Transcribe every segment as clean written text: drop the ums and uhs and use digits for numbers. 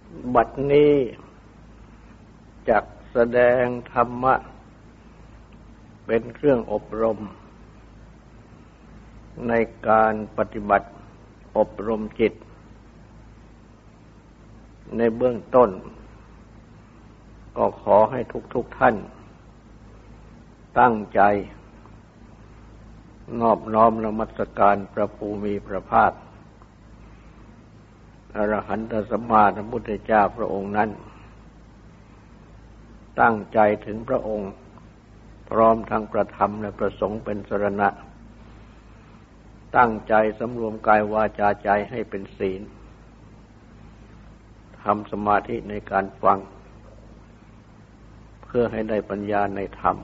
บัดนี้จักแสดงธรรมะเป็นเครื่องอบรมในการปฏิบัติอบรมจิตในเบื้องต้นก็ขอให้ทุกท่านตั้งใจนอบน้อมนมัสการพระภูมิพระภาคอรหันตสัมมาสัมพุทธเจ้าพระองค์นั้นตั้งใจถึงพระองค์พร้อมทั้งประธรรมและประสงค์เป็นสรณะตั้งใจสำรวมกายวาจาใจให้เป็นศีลทำสมาธิในการฟังเพื่อให้ได้ปัญญาในธรรม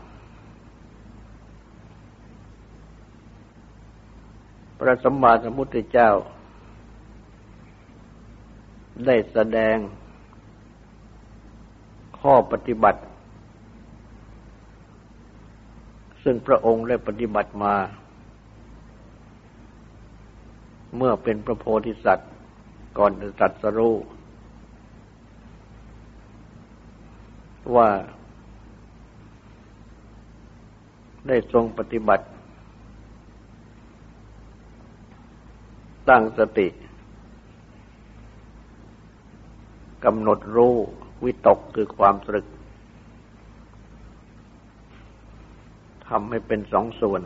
พระสัมมาสัมพุทธเจ้าได้แสดงข้อปฏิบัติซึ่งพระองค์ได้ปฏิบัติมาเมื่อเป็นพระโพธิสัตว์ก่อนจะตรัสรู้ว่าได้ทรงปฏิบัติตั้งสติกำหนดรู้วิตกคือความตรึกทำให้เป็นสองส่วน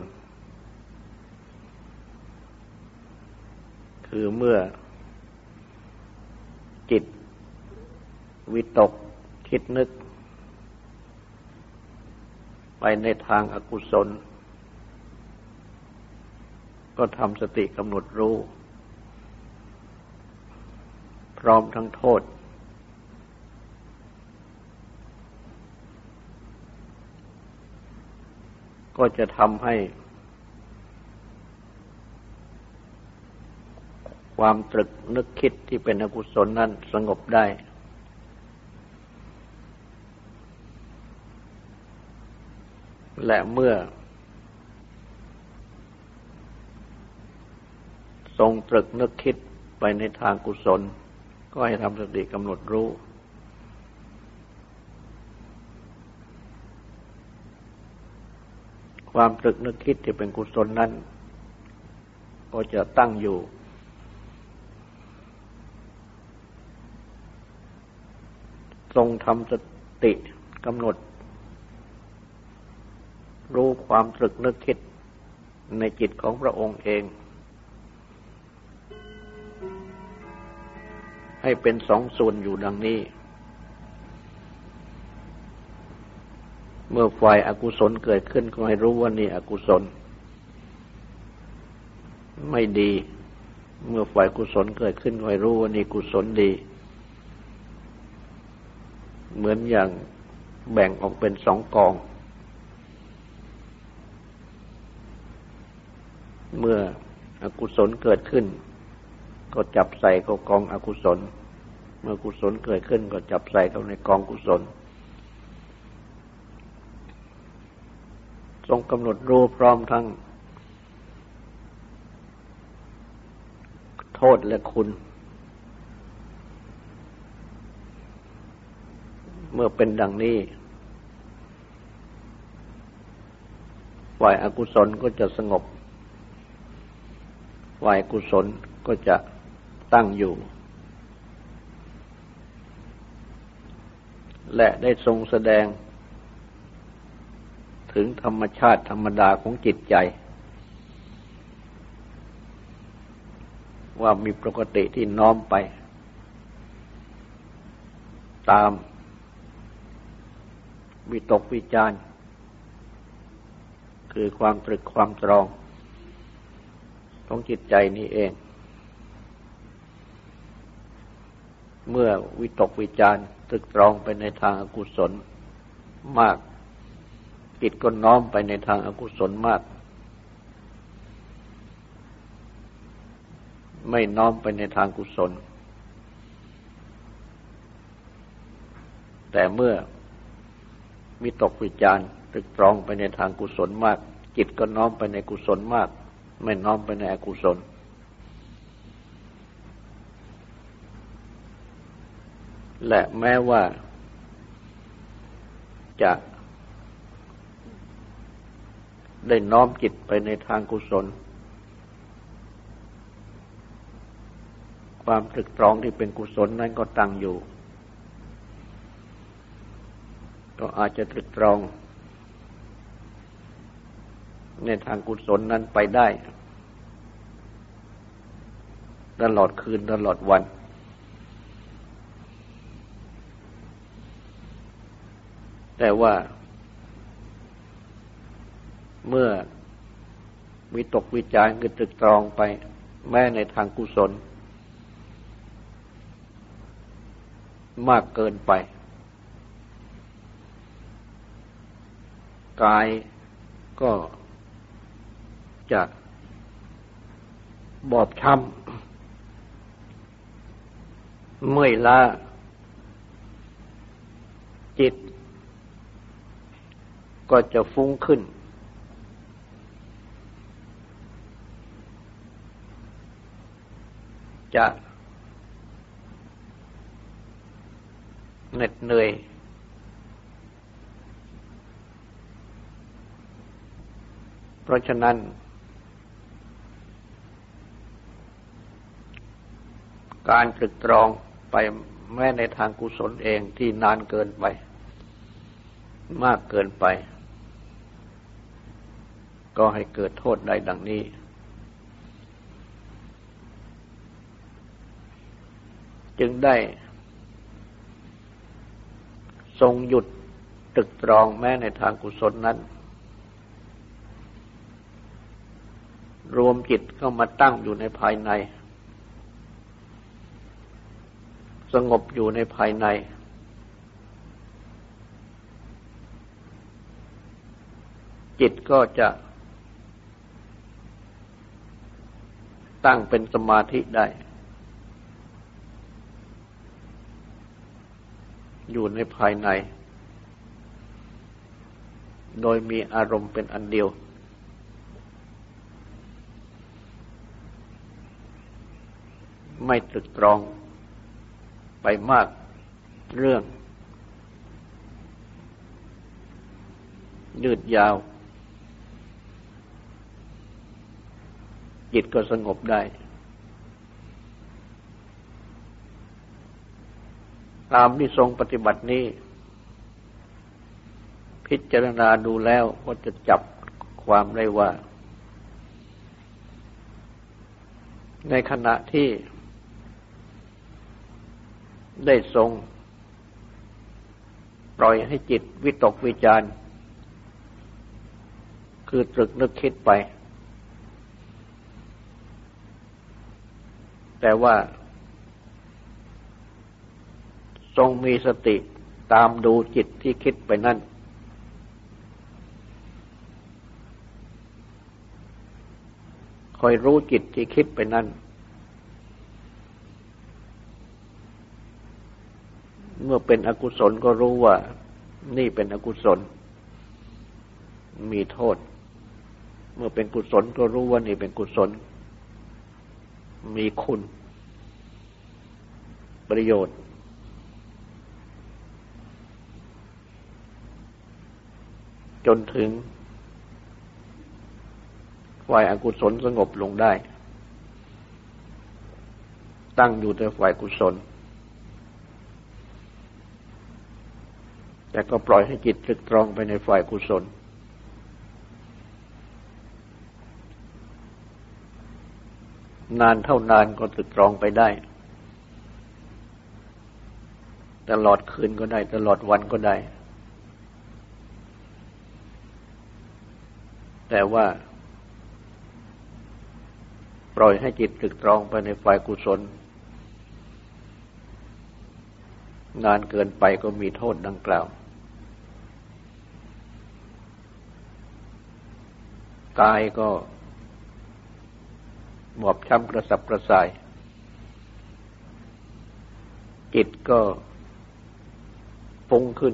คือเมื่อจิตวิตกคิดนึกไปในทางอกุศลก็ทำสติกำหนดรู้พร้อมทั้งโทษก็จะทำให้ความตรึกนึกคิดที่เป็นอกุศลนั้นสงบได้และเมื่อทรงตรึกนึกคิดไปในทางกุศลก็ให้ทำสติกำหนดรู้ความตรึกนึกคิดที่เป็นกุศลนั้นก็จะตั้งอยู่ทรงทำสติกำหนดรู้ความตรึกนึกคิดในจิตของพระองค์เองให้เป็นสองส่วนอยู่ดังนี้เมื่อฝ่ายอกุศลเกิดขึ้นก็ให้รู้ว่านี่อกุศลไม่ดีเมื่อฝ่ายกุศลเกิดขึ้นก็ให้รู้ว่านี่กุศลดีเหมือนอย่างแบ่งออกเป็นสองกองเมื่ออกุศลเกิดขึ้นก็จับใส่เข้ากองอกุศลเมื่อกุศลเกิดขึ้นก็จับใส่เข้าในกองกุศลทรงกำหนดรู้พร้อมทั้งโทษและคุณเมื่อเป็นดังนี้ฝ่ายอกุศลก็จะสงบฝ่ายกุศลก็จะตั้งอยู่และได้ทรงแสดงถึงธรรมชาติธรรมดาของจิตใจว่ามีปกติที่น้อมไปตามวิตกวิจารคือความตรึกความตรองของจิตใจนี้เองเมื่อวิตกวิจารตรึกตรองไปในทางอกุศลมากจิตก็น้อมไปในทางอกุศลมากไม่น้อมไปในทางกุศลแต่เมื่อวิตกวิจารตรึกตรองไปในทางกุศลมากจิตก็น้อมไปในกุศลมากไม่น้อมไปในอกุศลและแม้ว่าจะได้น้อมจิตไปในทางกุศลความตรึกตรองที่เป็นกุศลนั้นก็ตั้งอยู่ก็อาจจะตรึกตรองในทางกุศลนั้นไปได้ตลอดคืนตลอดวันแต่ว่าเมื่อวิตกวิจารคือตรึกตรองไปแม้ในทางกุศลมากเกินไปกายก็จะบอบช้ำเมื่อยล้าจิตก็จะฟุ้งขึ้นจะเหน็ดเหนื่อยเพราะฉะนั้นการตรึกตรองไปแม้ในทางกุศลเองที่นานเกินไปมากเกินไปก็ให้เกิดโทษได้ดังนี้จึงได้ทรงหยุดตรึกตรองแม้ในทางกุศลนั้นรวมจิตเข้ามาตั้งอยู่ในภายในสงบอยู่ในภายในจิตก็จะตั้งเป็นสมาธิได้อยู่ในภายในโดยมีอารมณ์เป็นอันเดียวไม่ตรึกตรองไปมากเรื่องยืดยาวจิตก็สงบได้ตามที่ทรงปฏิบัตินี้พิจารณาดูแล้วก็จะจับความได้ว่าในขณะที่ได้ทรงปล่อยให้จิตวิตกวิจารคือตรึกนึกคิดไปแต่ว่าทรงมีสติตามดูจิตที่คิดไปนั่นคอยรู้จิตที่คิดไปนั่นเมื่อเป็นอกุศลก็รู้ว่านี่เป็นอกุศลมีโทษเมื่อเป็นกุศลก็รู้ว่านี่เป็นกุศลมีคุณประโยชน์จนถึงฝ่ายอกุศลสงบลงได้ตั้งอยู่แต่ฝ่ายกุศลแต่ก็ปล่อยให้จิตตรึกตรองไปในฝ่ายกุศลนานเท่านานก็ตรึกตรองไปได้ตลอดคืนก็ได้ตลอดวันก็ได้แต่ว่าปล่อยให้จิตตรึกตรองไปในฝ่ายกุศลนานเกินไปก็มีโทษดังกล่าวกายก็บอบช้ำกระสับกระส่ายจิตก็ฟุ้งขึ้น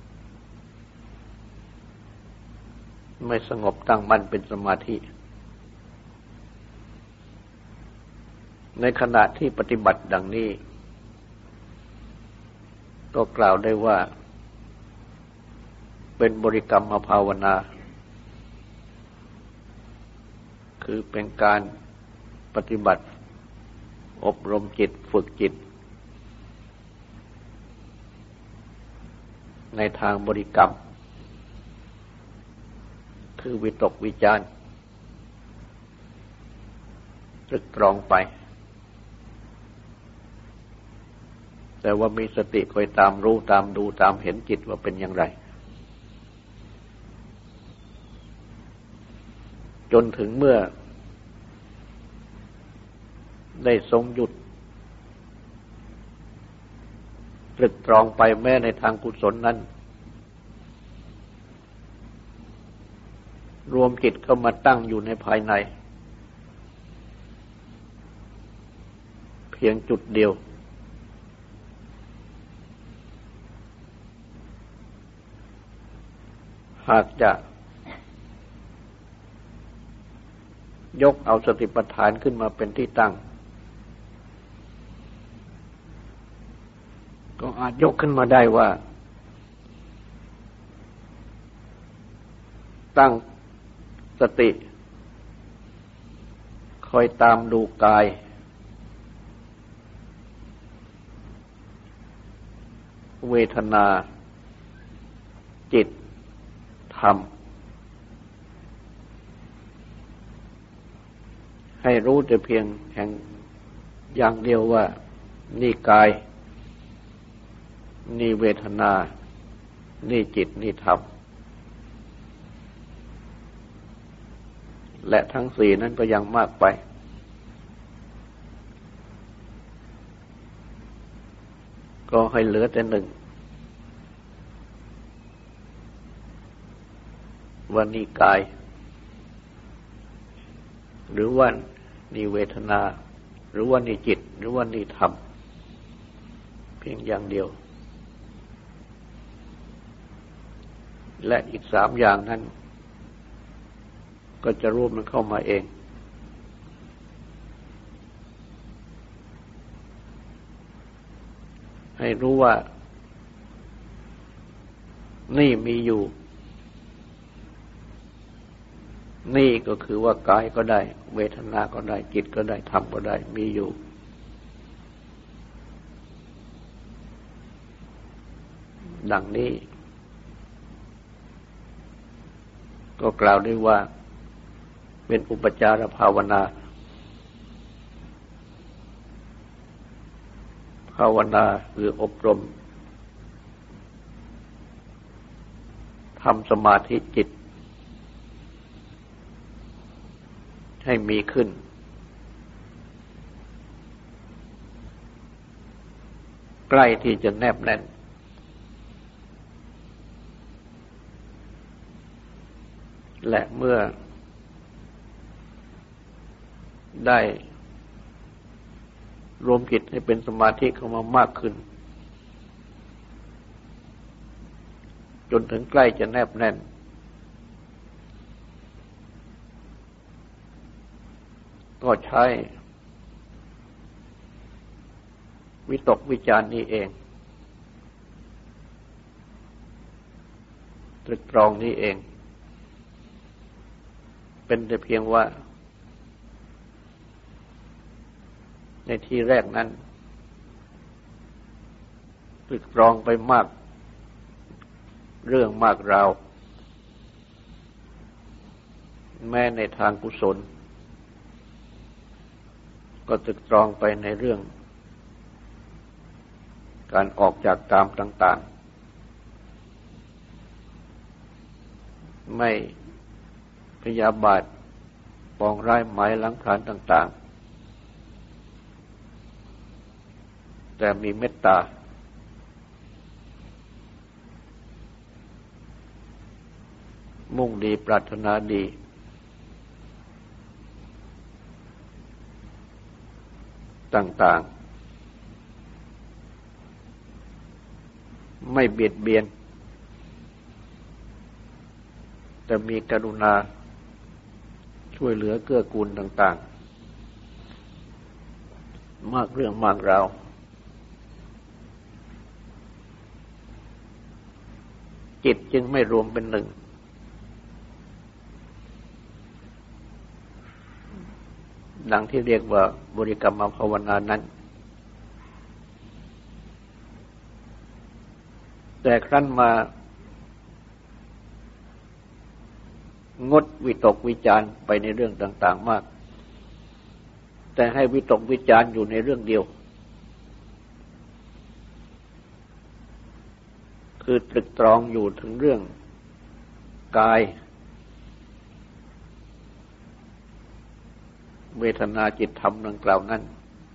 ไม่สงบตั้งมั่นเป็นสมาธิในขณะที่ปฏิบัติดังนี้ก็กล่าวได้ว่าเป็นบริกรรมภาวนาคือเป็นการปฏิบัติอบรมจิตฝึกจิตในทางบริกรรมคือวิตกวิจารตรึกตรองไปแต่ว่ามีสติคอยตามรู้ตามดูตามเห็นจิตว่าเป็นอย่างไรจนถึงเมื่อได้ทรงหยุดตรึกตรองไปแม้ในทางกุศลนั้นรวมจิตเข้ามาตั้งอยู่ในภายในเพียงจุดเดียวหากจะยกเอาสติปัฏฐานขึ้นมาเป็นที่ตั้งก็อาจยกขึ้นมาได้ว่าตั้งสติคอยตามดูกายเวทนาจิตธรรมให้รู้แต่เพียงแห่งอย่างเดียวว่านี่กายนี่เวทนานี่จิตนี่ธรรมและทั้งสี่นั้นก็ยังมากไปก็ให้เหลือแต่หนึ่งว่านี่กายหรือว่านี่เวทนาหรือว่านี่จิตหรือว่านี่ธรรมเพียงอย่างเดียวและอีกสามอย่างนั้นก็จะรวมมันเข้ามาเองให้รู้ว่านี่มีอยู่นี่ก็คือว่ากายก็ได้เวทนาก็ได้จิตก็ได้ธรรมก็ได้มีอยู่ดังนี้ก็กล่าวได้ว่าเป็นอุปจารภาวนาภาวนาคืออบรมทำสมาธิจิตให้มีขึ้นใกล้ที่จะแนบแน่นและเมื่อได้รวมจิตให้เป็นสมาธิเข้ามามากขึ้นจนถึงใกล้จะแนบแน่นก็ใช้วิตกวิจารนี้เองตรึกตรองนี้เองเป็นแต่เพียงว่าในที่แรกนั้นตรึกตรองไปมากเรื่องมากราวแม้ในทางกุศลก็ตรึกตรองไปในเรื่องการออกจากกามต่างๆไม่พยาบาทปองร้ายหมายหลังผลาญต่างๆแต่มีเมตตามุ่งดีปรารถนาดีต่างๆไม่เบียดเบียนแต่มีกรุณาช่วยเหลือเกื้อกูลต่างๆมากเรื่องมากราวจิตจึงไม่รวมเป็นหนึ่งดังที่เรียกว่าบริกรรมภาวนานั้นแต่ครั้นมางดวิตกวิจารไปในเรื่องต่างๆมากแต่ให้วิตกวิจารอยู่ในเรื่องเดียวคือตรึกตรองอยู่ถึงเรื่องกายเวทนาจิตธรรมดังกล่าวนั้น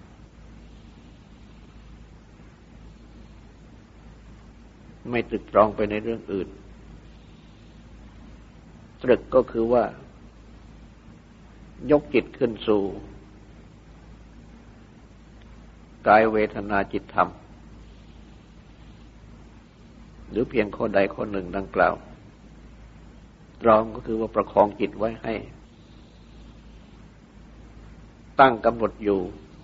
ไม่ตรึกตรองไปในเรื่องอื่นตรึกก็คือว่ายกจิตขึ้นสู่กายเวทนาจิตธรรมหรือเพียงข้อใดข้อหนึ่งดังกล่าวตรองก็คือว่าประคองจิตไว้ให้ตั้งกำหนดอยู่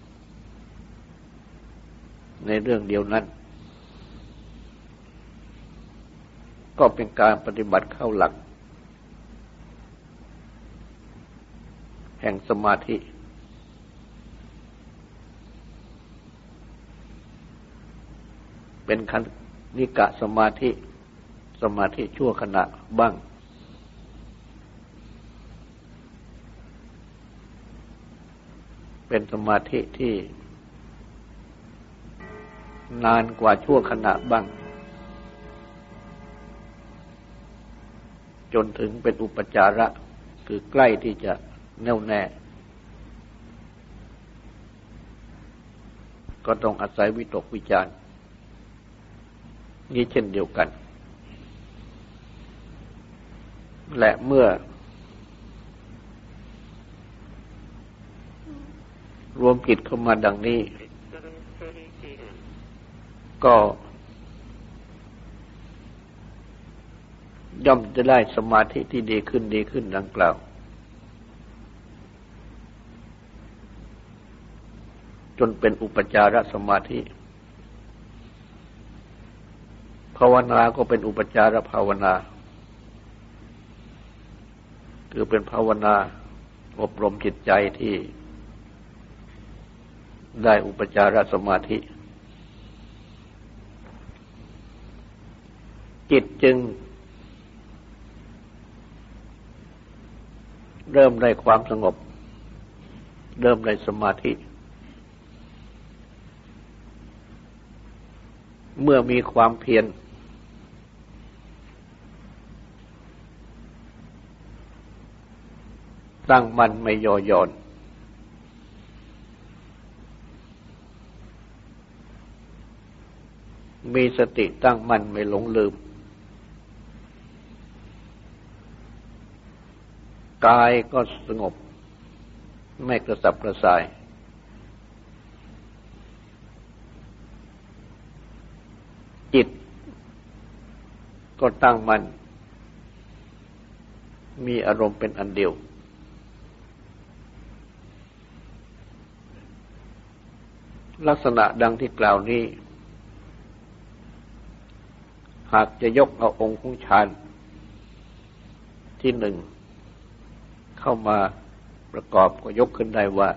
ในเรื่องเดียวนั้นก็เป็นการปฏิบัติเข้าหลักแห่งสมาธิเป็นคณิกะสมาธิสมาธิชั่วขณะบ้างเป็นสมาธิที่นานกว่าชั่วขณะบ้างจนถึงเป็นอุปจาระคือใกล้ที่จะแน่วแน่ก็ต้องอาศัยวิตกวิจารนี้เช่นเดียวกันและเมื่อรวมจิตเข้ามาดังนี้ก็ย่อมจะได้สมาธิที่ดีขึ้นดังกล่าวจนเป็นอุปจารสมาธิภาวนาก็เป็นอุปจารภาวนาคือเป็นภาวนาอบรมจิตใจที่ได้อุปจารสมาธิจิตจึงเริ่มได้ความสงบเริ่มได้สมาธิเมื่อมีความเพียรตั้งมั่นไม่ย่อหย่อนมีสติตั้งมั่นไม่หลงลืมกายก็สงบไม่กระสับกระส่ายจิตก็ตั้งมั่นมีอารมณ์เป็นอันเดียวลักษณะดังที่กล่าวนี้หากจะยกเอาองค์ของฌานที่หนึ่งเข้ามาประกอบก็ยกขึ้นได้ว่า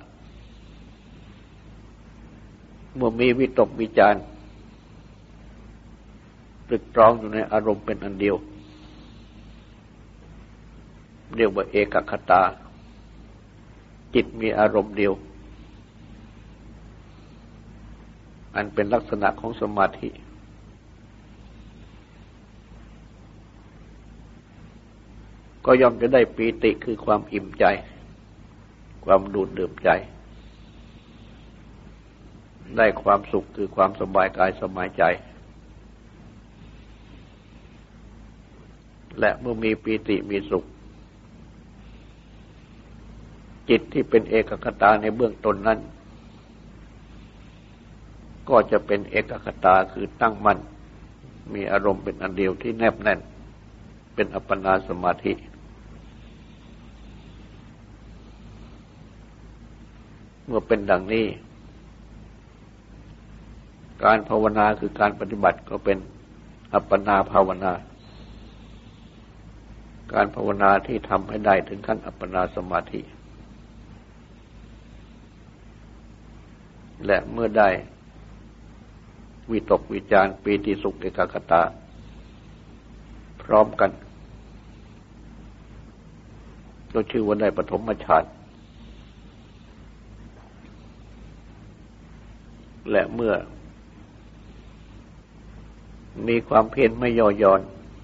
เมื่อมีวิตกวิจารตรึกตรองอยู่ในอารมณ์เป็นอันเดียวเรียกว่าเอกคตาจิตมีอารมณ์เดียวอันเป็นลักษณะของสมาธิก็ย่อมจะได้ปีติคือความอิ่มใจความดูดดื่มใจได้ความสุขคือความสบายกายสบายใจและเมื่อมีปีติมีสุขจิตที่เป็นเอกคตาในเบื้องต้นนั้นก็จะเป็นเอกคตาคือตั้งมั่นมีอารมณ์เป็นอันเดียวที่แนบแน่นเป็นอัปปนาสมาธิเมื่อเป็นดังนี้การภาวนาคือการปฏิบัติก็เป็นอัปปนาภาวนาการภาวนาที่ทำให้ได้ถึงขั้นอัปปนาสมาธิและเมื่อได้วิตกวิจารปีติสุขเอกคตาพร้อมกันก็ชื่อว่าได้ปฐมฌานและเมื่อมีความเพียรไม่ย่อหย่อน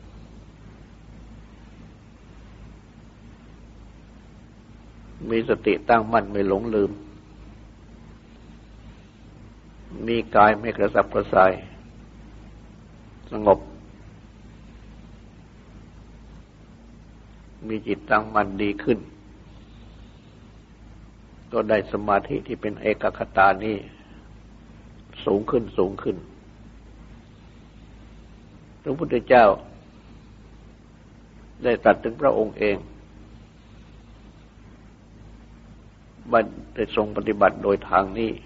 มีสติตั้งมั่นไม่หลงลืมมีกายไม่กระสับกระส่ายสงบมีจิตตั้งมั่นดีขึ้นก็ได้สมาธิที่เป็นเอกคตานี้สูงขึ้นสูงขึ้นพระพุทธเจ้าได้ตรัสถึงพระองค์เองว่าได้ทรงปฏิบัติโดยทางนี้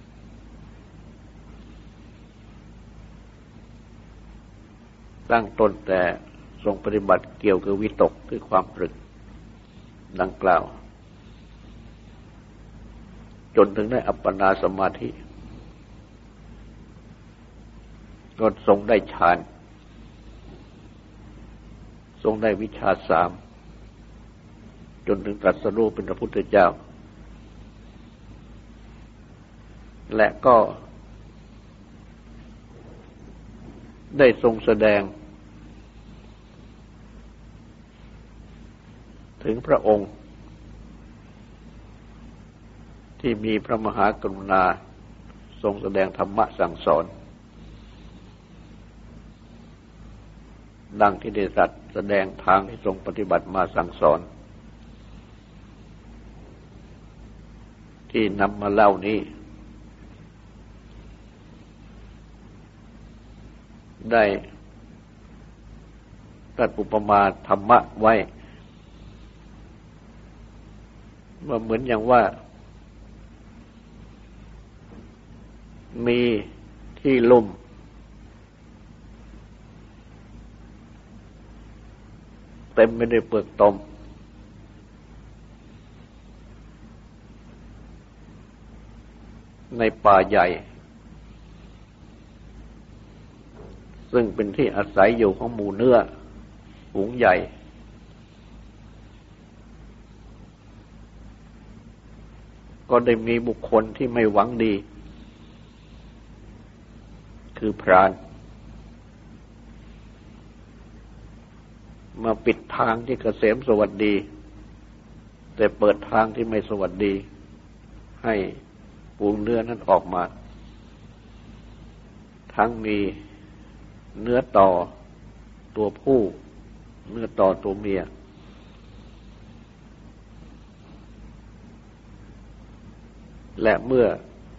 ตั้งต้นแต่ทรงปฏิบัติเกี่ยวกับวิตกคือความตรึกดังกล่าวจนถึงได้อัปปนาสมาธิก็ทรงได้ฌานทรงได้วิชชาสามจนถึงตรัสรู้เป็นพระพุทธเจ้าและก็ได้ทรงแสดงถึงพระองค์ที่มีพระมหากรุณาทรงแสดงธรรมะสั่งสอนดังที่ได้ตรัสแสดงทางที่ทรงปฏิบัติมาสั่งสอนที่นำมาเล่านี้ได้ตรัสอุปมาธรรมะไว้ว่าเหมือนอย่างว่ามีที่ลุ่มเต็มไปด้วยเปลือกตมในป่าใหญ่ซึ่งเป็นที่อาศัยอยู่ของหมู่เนื้อฝูงใหญ่ก็ได้มีบุคคลที่ไม่หวังดีคือพรานมาปิดทางที่เกษมสวัสดีแต่เปิดทางที่ไม่สวัสดีให้ฝูงเนื้อนั้นออกมาทั้งมีเนื้อต่อตัวผู้เนื้อต่อตัวเมียและเมื่อ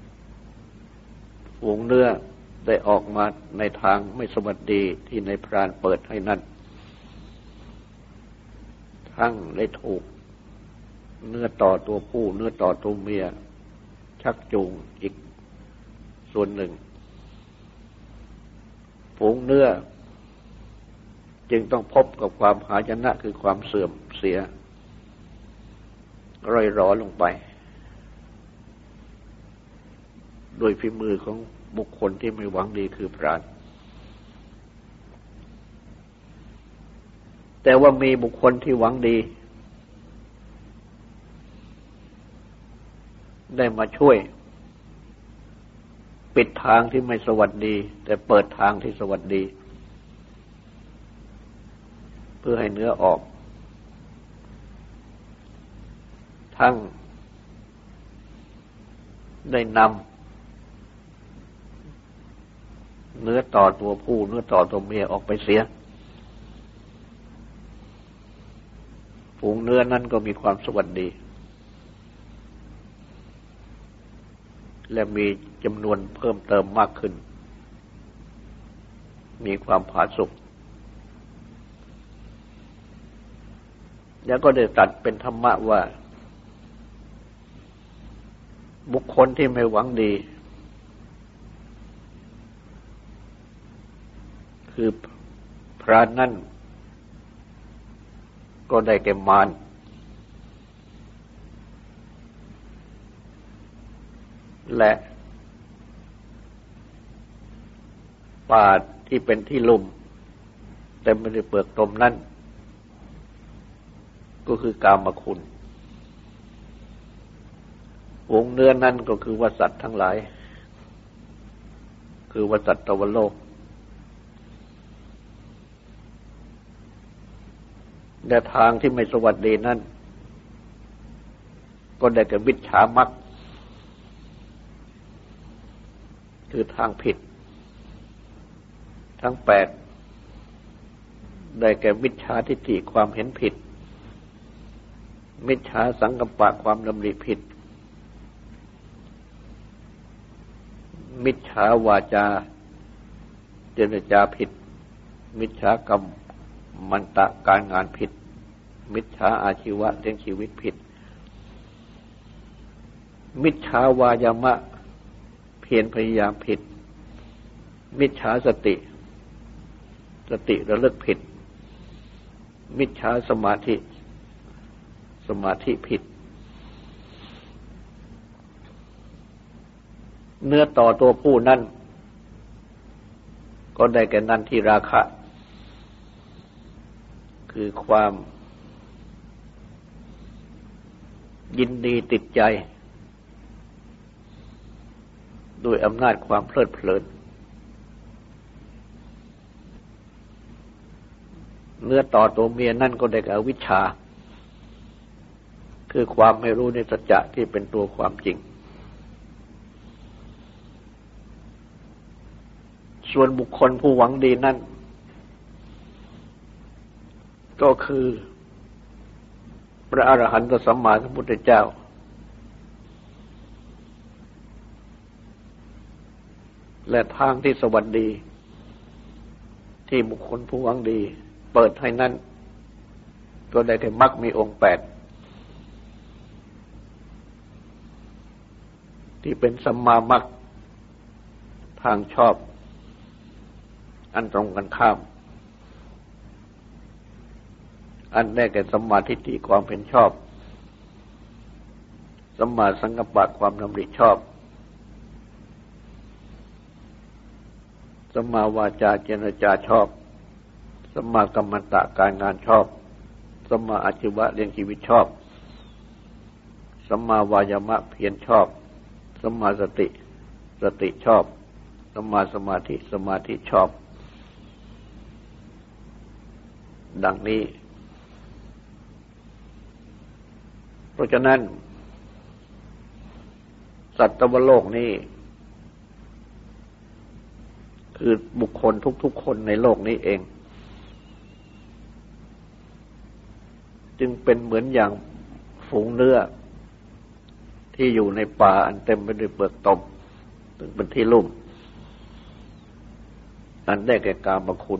ฝูงเนื้อได้ออกมาในทางไม่สวัสดีที่ในพรานเปิดให้นั้นทั้งได้ถูกเนื้อต่อตัวผู้เนื้อต่อตัวเมียชักจูงอีกส่วนหนึ่งฝูงเนื้อจึงต้องพบกับความหายนะคือความเสื่อมเสียร่อยหรอลงไปโดยฝีมือของบุคคลที่ไม่หวังดีคือพรานแต่ว่ามีบุคคลที่หวังดีได้มาช่วยปิดทางที่ไม่สวัสดีแต่เปิดทางที่สวัสดีเพื่อให้เนื้อออกทั้งได้นำเนื้อต่อตัวผู้เนื้อต่อตัวเมียออกไปเสียฝูงเนื้อนั้นก็มีความสวัสดีและมีจำนวนเพิ่มเติมมากขึ้นมีความผาสุกแล้วก็ได้ตรัสเป็นธรรมะว่าบุคคลที่ไม่หวังดีคือพรานนั่นก็ได้แก่มารและป่าที่เป็นที่ลุ่มเต็มไปด้วยเปลือกตมนั่นก็คือกามคุณวงเนื้อนั่นก็คือว่าสัตว์ทั้งหลายคือว่าสัตว์ตวโลกและทางที่ไม่สวัสดีนั่นก็ได้แก่มิจฉามรรคคือทางผิดทั้งแปดได้แก่มิจฉาทิฏฐิความเห็นผิดมิจฉาสังกัปปะความดำริผิดมิจฉาวาจาเจรจาผิดมิจฉากรรมมันตะการงานผิดมิจฉาอาชีวะเลี้ยงชีวิตผิดมิจฉาวายามะเพียรพยายามผิดมิจฉาสติระลึกผิดมิจฉาสมาธิผิดเนื้อต่อตัวผู้นั่นก็ได้แก่นันทิราคะคือความยินดีติดใจด้วยอำนาจความเพลิดเพลินเนื้อต่อตัวเมียนั่นก็ได้แก่อวิชชาคือความไม่รู้ในสัจจะที่เป็นตัวความจริงส่วนบุคคลผู้หวังดีนั่นก็คือพระอรหันตสัมมาสัมพุทธเจ้าและทางที่สวัสดีที่บุคคลผู้หวังดีเปิดให้นั่นก็ได้แก่มรรคมีองค์ 8ที่เป็นสัมมามรรคทางชอบอันตรงกันข้ามอันได้แก่สัมมาทิฏฐิความเห็นชอบสัมมาสังกัปปะความดำริชอบสัมมาวาจาเจรจาชอบสัมมากัมมันตะการงานชอบสัมมาอาชีวะเลี้ยงชีวิตชอบสัมมาวายามะเพียรชอบสัมมาสติชอบสัมมาสมาธิชอบดังนี้เพราะฉะนั้นสัตว์โลกนี้คือบุคคลทุกๆคนในโลกนี้เองจึงเป็นเหมือนอย่างฝูงเนื้อที่อยู่ในป่าอันเต็มไปด้วยเปลือกตมถึงเป็นที่ลุ่มอันได้แก่กามคุณ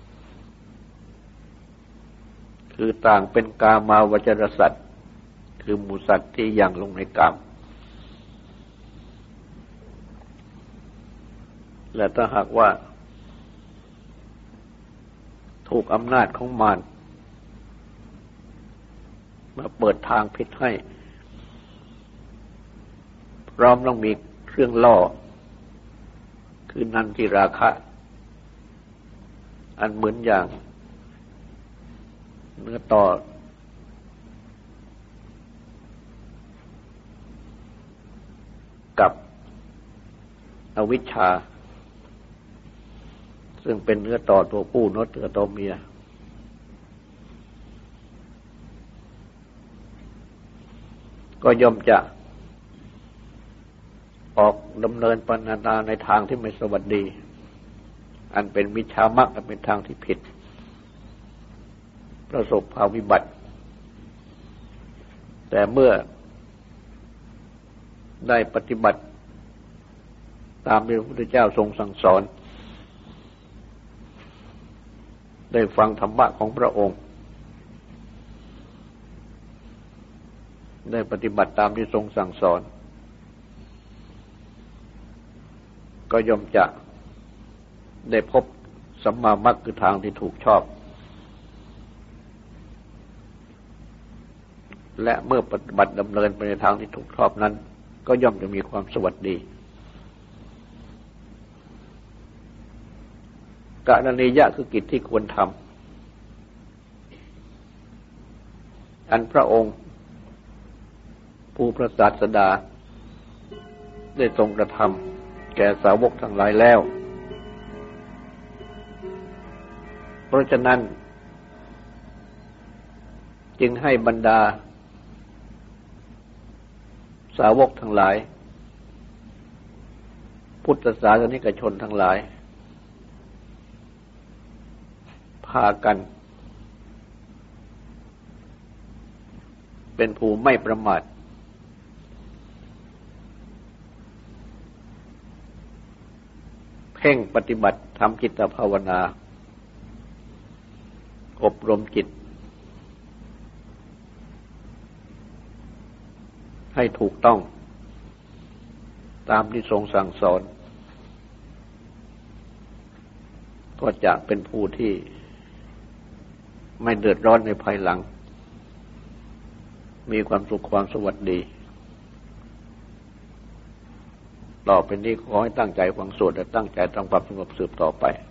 คือต่างเป็นกามาวจรสัตว์คือหมู่สัตว์ที่ยังลงในกามและถ้าหากว่าถูกอำนาจของมารมาเปิดทางผิดให้พร้อมต้องมีเครื่องล่อคือนันทิราคะอันเหมือนอย่างเนื้อต่อกับอวิชชาซึ่งเป็นเนื้อต่อตัวผู้เนื้อตัวเมียก็ย่อมจะออกดำเนินปฏิบัติในทางที่ไม่สวัสดีอันเป็นมิจฉามรรคอันเป็นทางที่ผิดประสบภัยวิบัติแต่เมื่อได้ปฏิบัติตามที่พระพุทธเจ้าทรงสั่งสอนได้ฟังธรรมะของพระองค์ได้ปฏิบัติตามที่ทรงสั่งสอนก็ย่อมจะได้พบสัมมามรรคคือทางที่ถูกชอบและเมื่อปฏิบัติดำเนินไปในทางที่ถูกชอบนั้นก็ย่อมจะมีความสวัสดีกะณียะคือกิจที่ควรทำอันพระองค์ผู้พระศาสดาได้ทรงกระทำแก่สาวกทั้งหลายแล้วเพราะฉะนั้นจึงให้บรรดาสาวกทั้งหลายพุทธศาสนิกชนทั้งหลายพากันเป็นผู้ไม่ประมาทเพ่งปฏิบัติทำจิตภาวนาอบรมจิตให้ถูกต้องตามที่ทรงสั่งสอนก็จะเป็นผู้ที่ไม่เดือดร้อนในภายหลังมีความสุขความสวัสดีต่อไปนี้ขอให้ตั้งใจฟังสวดและตั้งใจทำความสงบสืบต่อไป